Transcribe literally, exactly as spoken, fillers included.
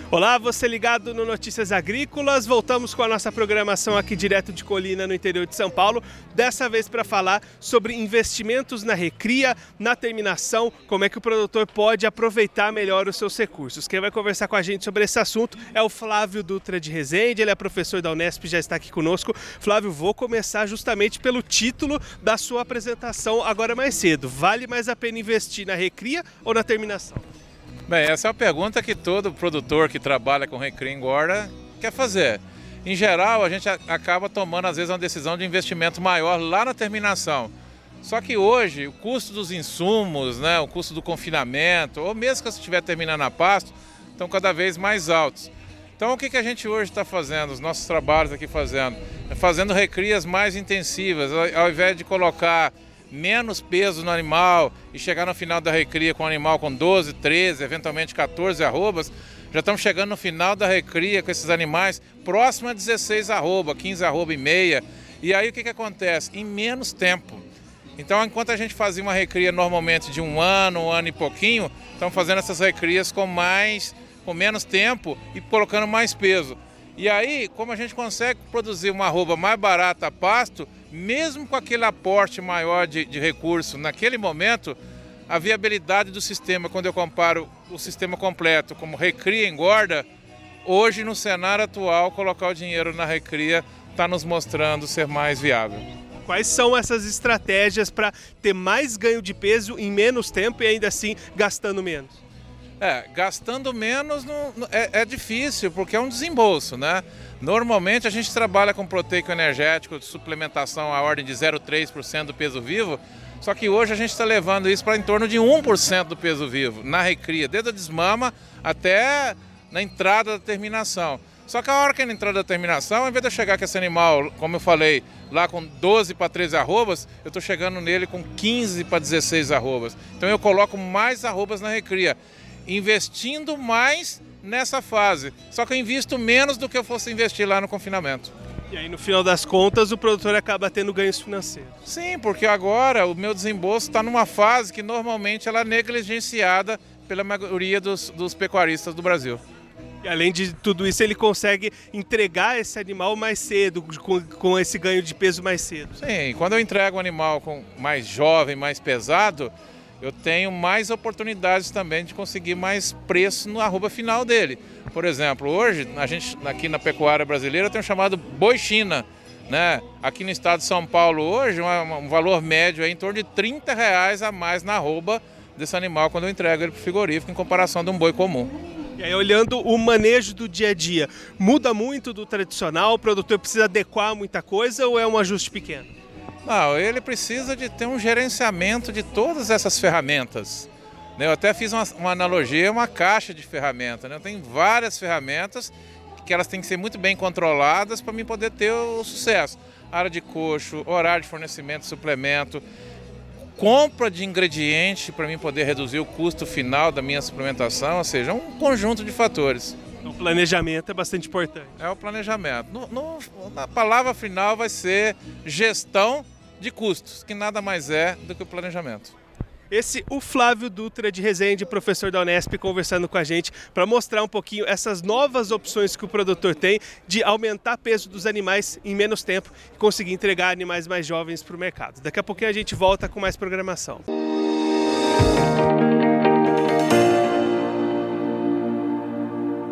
Olá, você ligado no Notícias Agrícolas. Voltamos com a nossa programação aqui direto de Colina, no interior de São Paulo. Dessa vez para falar sobre investimentos na recria, na terminação, como é que o produtor pode aproveitar melhor os seus recursos. Quem vai conversar com a gente sobre esse assunto é o Flávio Dutra de Rezende, ele é professor da Unesp, já está aqui conosco. Flávio, vou começar justamente pelo título da sua apresentação agora mais cedo. Vale mais a pena investir na recria ou na terminação? Bem, essa é uma pergunta que todo produtor que trabalha com recria e engorda quer fazer. Em geral, a gente acaba tomando, às vezes, uma decisão de investimento maior lá na terminação. Só que hoje, o custo dos insumos, né, o custo do confinamento, ou mesmo que você estiver terminando a pasto, estão cada vez mais altos. Então, o que, que a gente hoje está fazendo, os nossos trabalhos aqui fazendo? É fazendo recrias mais intensivas, ao, ao invés de colocar menos peso no animal e chegar no final da recria com o animal com doze, treze, eventualmente quatorze arrobas, já estamos chegando no final da recria com esses animais próximo a dezesseis arroba, quinze arroba e meia. E aí o que, que acontece? Em menos tempo. Então, enquanto a gente fazia uma recria normalmente de um ano, um ano e pouquinho, estamos fazendo essas recrias com mais, com menos tempo e colocando mais peso. E aí, como a gente consegue produzir uma arroba mais barata a pasto, mesmo com aquele aporte maior de, de recurso naquele momento, a viabilidade do sistema, quando eu comparo o sistema completo como recria e engorda, hoje no cenário atual, colocar o dinheiro na recria está nos mostrando ser mais viável. Quais são essas estratégias para ter mais ganho de peso em menos tempo e ainda assim gastando menos? É, gastando menos não, é, é difícil, porque é um desembolso, né? Normalmente a gente trabalha com proteico energético de suplementação à ordem de zero vírgula três por cento do peso vivo, só que hoje a gente está levando isso para em torno de um por cento do peso vivo, na recria, desde a desmama até na entrada da terminação. Só que a hora que é na entrada da terminação, ao invés de eu chegar com esse animal, como eu falei, lá com doze para treze arrobas, eu estou chegando nele com quinze para dezesseis arrobas. Então eu coloco mais arrobas na recria, investindo mais nessa fase. Só que eu invisto menos do que eu fosse investir lá no confinamento. E aí, no final das contas, o produtor acaba tendo ganhos financeiros. Sim, porque agora o meu desembolso está numa fase que normalmente ela é negligenciada pela maioria dos, dos pecuaristas do Brasil. E além de tudo isso, ele consegue entregar esse animal mais cedo, com, com esse ganho de peso mais cedo. Sim, quando eu entrego um animal com mais jovem, mais pesado, eu tenho mais oportunidades também de conseguir mais preço no arroba final dele. Por exemplo, hoje, a gente aqui na pecuária brasileira tem um chamado boi China, né? Aqui no estado de São Paulo hoje, um, um valor médio é em torno de trinta reais a mais na arroba desse animal quando eu entrego ele para o frigorífico em comparação de um boi comum. E aí, olhando o manejo do dia a dia, muda muito do tradicional? O produtor precisa adequar muita coisa ou é um ajuste pequeno? Não, ele precisa de ter um gerenciamento de todas essas ferramentas. Eu até fiz uma, uma analogia, uma caixa de ferramentas. Né? Tem várias ferramentas que elas têm que ser muito bem controladas para mim poder ter o sucesso. Área de coxo, horário de fornecimento, suplemento, compra de ingrediente para mim poder reduzir o custo final da minha suplementação, ou seja, um conjunto de fatores. O planejamento é bastante importante. É o planejamento. No, no, a palavra final vai ser gestão de custos, que nada mais é do que o planejamento. Esse o Flávio Dutra de Rezende, professor da Unesp, conversando com a gente para mostrar um pouquinho essas novas opções que o produtor tem de aumentar o peso dos animais em menos tempo e conseguir entregar animais mais jovens para o mercado. Daqui a pouquinho a gente volta com mais programação.